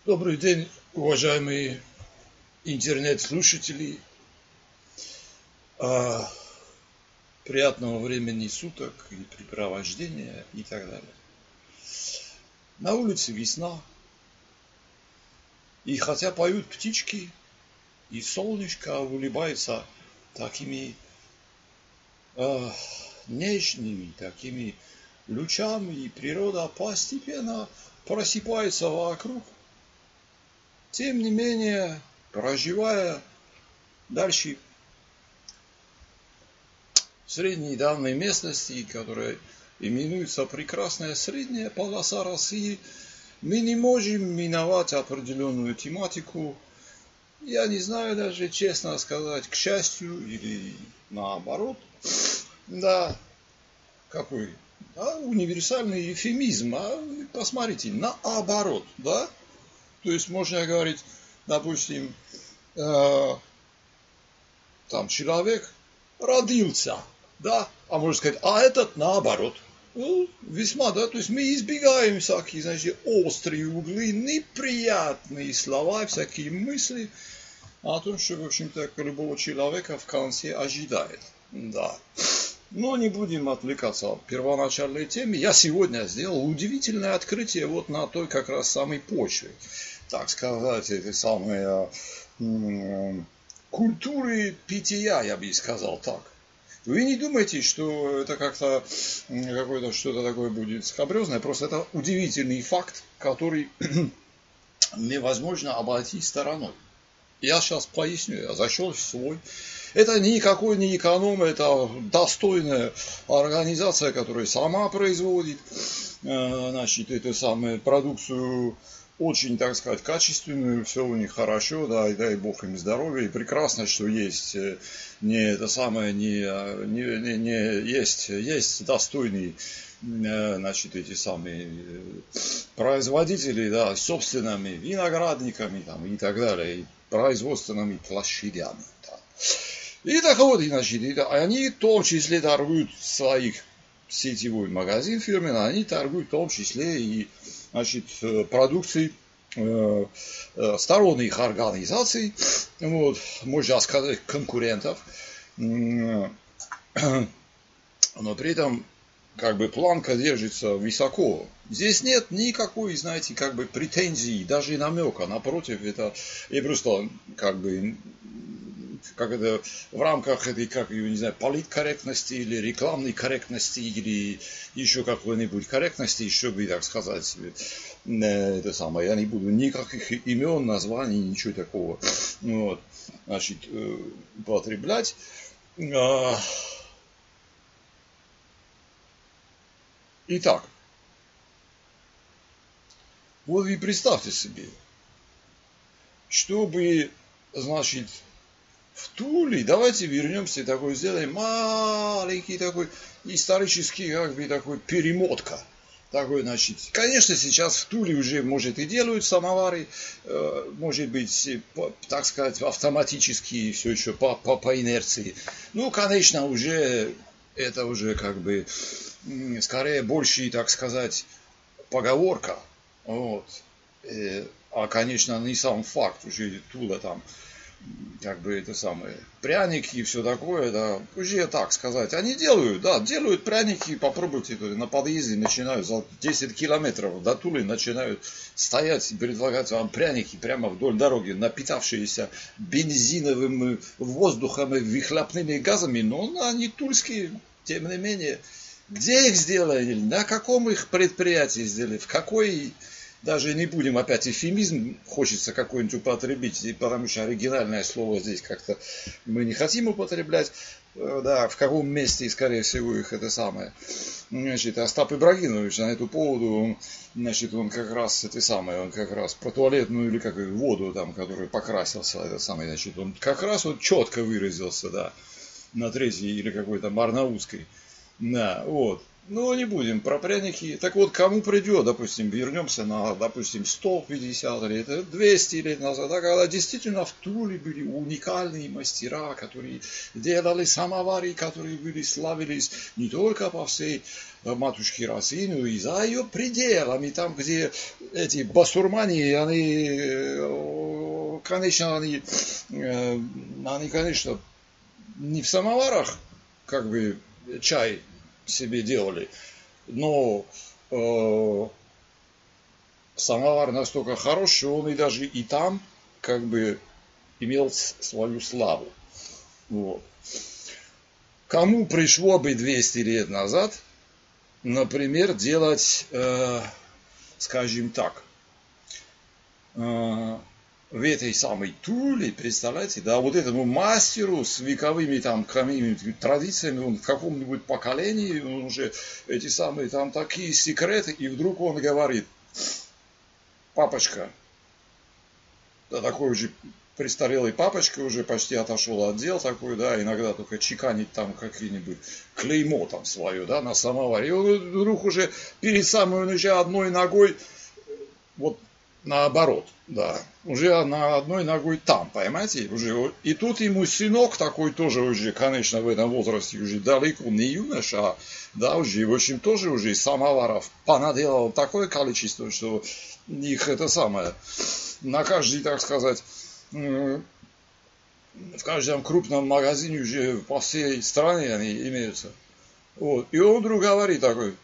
Добрый день, уважаемые интернет-слушатели. Приятного времени суток и препровождения и так далее. На улице весна. И хотя поют птички, и солнышко улыбается такими нежными, такими лучами, и природа постепенно просыпается вокруг. Тем не менее, проживая дальше в средней данной местности, которая именуется прекрасная средняя полоса России, мы не можем миновать определенную тематику. Я не знаю даже, честно сказать, к счастью или наоборот. Да, какой универсальный эвфемизм. Посмотрите, наоборот, да? То есть можно говорить, допустим, там человек родился, да, а можно сказать, а этот наоборот. Ну, весьма, да, то есть мы избегаем всякие, значит, острые углы, неприятные слова, всякие мысли о том, что, в общем-то, любого человека в конце ожидает, да. Но не будем отвлекаться от первоначальной темы. Я сегодня сделал удивительное открытие вот на той как раз самой почве, так сказать, этой самой культуры питья, я бы сказал так. Вы не думайте, что это как-то какое-то что-то такое будет скабрезное, просто это удивительный факт, который невозможно обойти стороной. Я сейчас поясню, я зашел в свой. Это никакой не эконом, это достойная организация, которая сама производит, значит, эту самую продукцию очень, так сказать, качественную, все у них хорошо, да, и дай бог им здоровья, и прекрасно, что есть есть достойные, значит, эти самые производители, да, с собственными виноградниками там, и так далее, и производственными площадями. Да. И так вот, значит, они в том числе торгуют своих сетевой магазин фирменный, они торгуют в том числе и, значит, продукцией сторонних организаций, вот, можно сказать, конкурентов, но при этом как бы планка держится высоко. Здесь нет никакой, знаете, как бы претензий, даже намека. Напротив, это и просто как бы как это в рамках этой, как ее, не знаю, политкорректности или рекламной корректности или еще какой-нибудь корректности, чтобы, так сказать, это самое, я не буду никаких имен, названий, ничего такого, вот, значит, употреблять. Итак, вот вы представьте себе, чтобы, значит, в Туле, давайте вернемся, такой сделаем маленький такой исторический, как бы такой перемотка. Такой, значит, конечно, сейчас в Туле уже, может, и делают самовары, может быть, так сказать, автоматически, все еще по инерции. Ну, конечно, уже, это уже как бы, скорее, больше, так сказать, поговорка. Вот. Конечно, не сам факт, уже Тула там, как бы это самое, пряники и все такое, да, уже так сказать, они делают, да, делают пряники, попробуйте, на подъезде начинают за 10 километров до Тулы начинают стоять и предлагать вам пряники прямо вдоль дороги, напитавшиеся бензиновым воздухом и выхлопными газами, но они тульские, тем не менее, где их сделали, на каком их предприятии сделали, в какой... Даже не будем опять эвфемизм, хочется какой-нибудь употребить, потому что оригинальное слово здесь как-то мы не хотим употреблять. Да, в каком месте, скорее всего, их это самое. Значит, Остап Ибрагимович на эту поводу, значит, он как раз это самое, он как раз про туалетную или как воду там, который покрасился, это самое, значит, он как раз вот четко выразился, да, на третьей или какой-то марнаутской. Да, вот. Ну, не будем про пряники. Так вот, кому придет, допустим, вернемся на, допустим, 150 лет, 200 лет назад, да, когда действительно в Туле были уникальные мастера, которые делали самовары, которые были, славились не только по всей матушке России, но и за ее пределами, там, где эти басурмане, они, конечно, не в самоварах, как бы, чай себе делали, но самовар настолько хорош, что он и даже и там как бы имел свою славу. Вот. Кому пришло бы 200 лет назад, например, делать, скажем так, в этой самой Туле, представляете, да, вот этому мастеру с вековыми там традициями, он в каком-нибудь поколении, он уже эти самые там такие секреты, и вдруг он говорит: папочка, да, такой уже престарелый папочка, уже почти отошел от дел такой, да, иногда только чеканить там какие-нибудь клеймо там свое, да, на самоваре, и он вдруг уже перед самой, он уже одной ногой, вот, наоборот, да, уже на одной ногой там, понимаете, уже, и тут ему сынок такой тоже уже, конечно, в этом возрасте уже далеко не юноша, да, уже, в общем, тоже уже самоваров понаделал такое количество, что их это самое, на каждый, так сказать, в каждом крупном магазине уже по всей стране они имеются. Вот, и он вдруг говорит такой,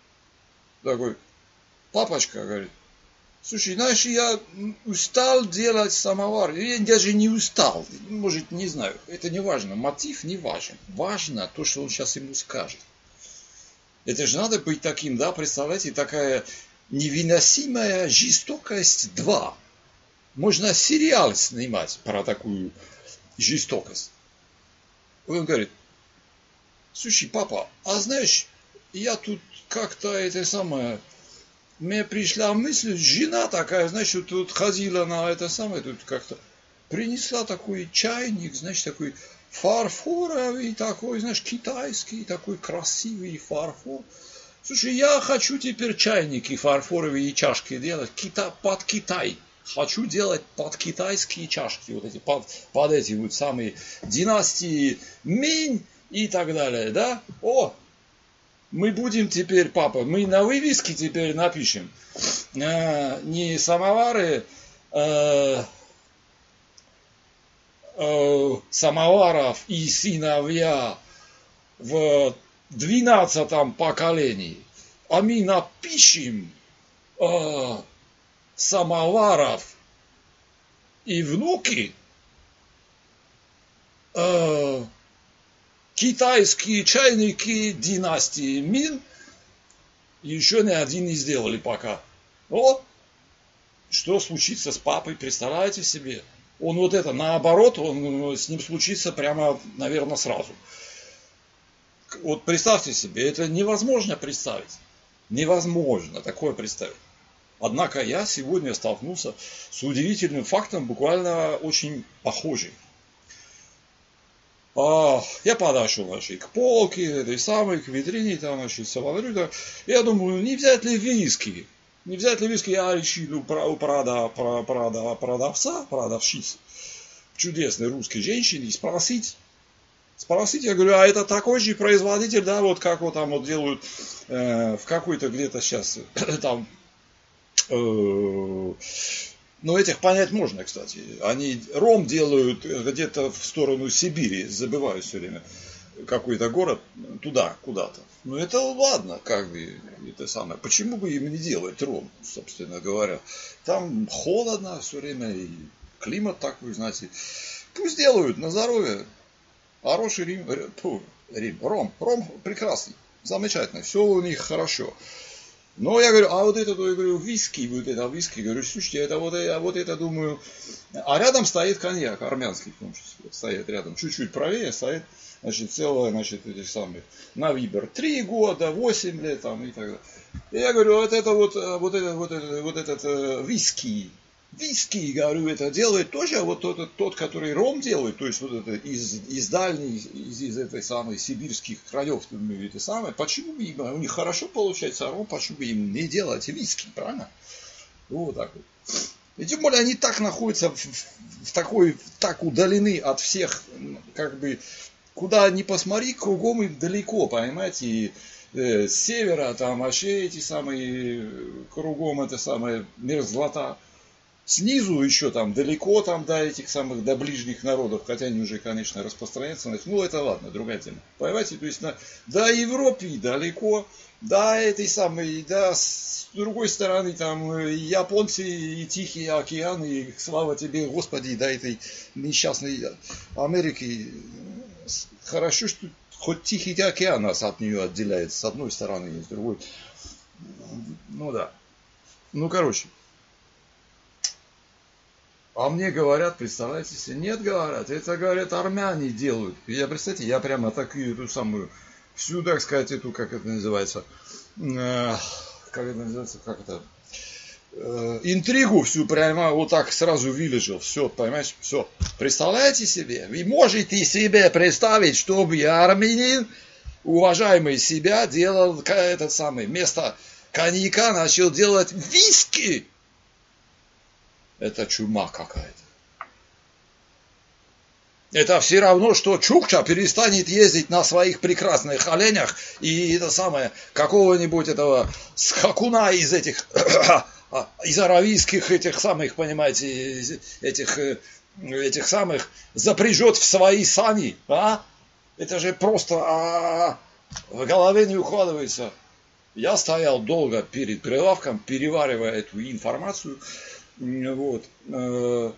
папочка, говорит: слушай, знаешь, я устал делать самовар. Я даже не устал. Может, не знаю. Это не важно. Мотив не важен. Важно то, что он сейчас ему скажет. Это же надо быть таким, да, представляете, такая невыносимая жестокость 2. Можно сериал снимать про такую жестокость. Он говорит: слушай, папа, а знаешь, я тут как-то это самое... Мне пришла мысль, жена такая, значит, тут ходила на это самое, тут как-то принесла такой чайник, значит, такой фарфоровый, такой, знаешь, китайский, такой красивый фарфор. Слушай, я хочу теперь чайники фарфоровые и чашки делать под Китай. Хочу делать под китайские чашки, вот эти, под эти вот самые династии Минь и так далее, да? О! Мы будем теперь, папа, мы на вывеске теперь напишем не самовары, самоваров и сыновья в 12 поколении, а мы напишем самоваров и внуки, китайские чайники династии Мин еще ни один не сделали пока. О, что случится с папой, представляете себе? Он вот это, наоборот, он с ним случится прямо, наверное, сразу. Вот представьте себе, это невозможно представить. Невозможно такое представить. Однако я сегодня столкнулся с удивительным фактом, буквально очень похожим. Я подошел, значит, к полке, этой самой, к витрине, там, значит, смотрю, да, я думаю, не взять ли виски? Не взять ли виски? Я решил у продавщицы, чудесной русской женщины, спросить, я говорю, а это такой же производитель, да, вот как вот там вот делают в какой-то где-то сейчас там... Но этих понять можно, кстати. Они ром делают где-то в сторону Сибири, забываю все время, какой-то город, туда, куда-то. Ну это ладно, как бы, это самое. Почему бы им не делать ром, собственно говоря? Там холодно все время, и климат такой, знаете. Пусть делают, на здоровье. Хороший ром прекрасный, замечательный, все у них хорошо. Но я говорю, а вот это, я говорю, виски, говорю, слушайте, это вот это, думаю, а рядом стоит коньяк, армянский, в том числе, стоит рядом, чуть-чуть правее стоит, значит, целое, значит, эти самые, на выбор, 3 года, 8 лет, там, и так далее. И я говорю, вот этот виски, Виски, говорю, это делает тоже вот тот, который ром делает, то есть вот это из дальней, из этой самой сибирских краев, это самое, почему бы им, у них хорошо получается ром, почему бы им не делать виски, правильно? Вот так вот. И тем более они так находятся в такой, так удалены от всех, как бы, куда ни посмотри, кругом им далеко, понимаете, и с севера там вообще эти самые, кругом это самое мерзлота. Снизу еще там далеко там до этих самых, до ближних народов, хотя они уже, конечно, распространяются. Ну, это ладно, другая тема. Понимаете, то есть до Европы далеко, до этой самой, да, с другой стороны, там, японцы и Тихий океан, и слава тебе, Господи, до этой несчастной Америки. Хорошо, что хоть Тихий океан нас от нее отделяет с одной стороны и с другой. Ну да. Ну, короче. А мне говорят, представляете себе, нет, говорят, это, говорят, армяне делают. Я, представьте, я прямо такую, эту самую, всю, так сказать, эту, как это называется, интригу всю прямо вот так сразу выложил. Все, понимаете, все. Представляете себе? Вы можете себе представить, чтобы армянин, уважаемый себя, делал этот самый, вместо коньяка начал делать виски? Это чума какая-то. Это все равно, что Чукча перестанет ездить на своих прекрасных оленях и это самое, какого-нибудь этого скакуна из этих, из аравийских этих самых, понимаете, этих самых запряжет в свои сани. А? Это же просто в голове не укладывается. Я стоял долго перед прилавком, переваривая эту информацию. Вот. Ну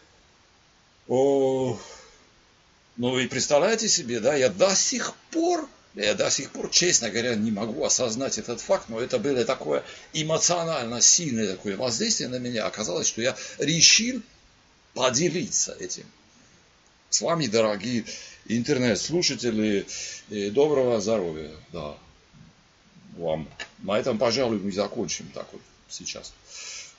вы представляете себе, да, я до сих пор, честно говоря, не могу осознать этот факт, но это было такое эмоционально сильное такое воздействие на меня. Оказалось, что я решил поделиться этим. С вами, дорогие интернет-слушатели, доброго здоровья. Да, вам. На этом, пожалуй, мы закончим так вот сейчас.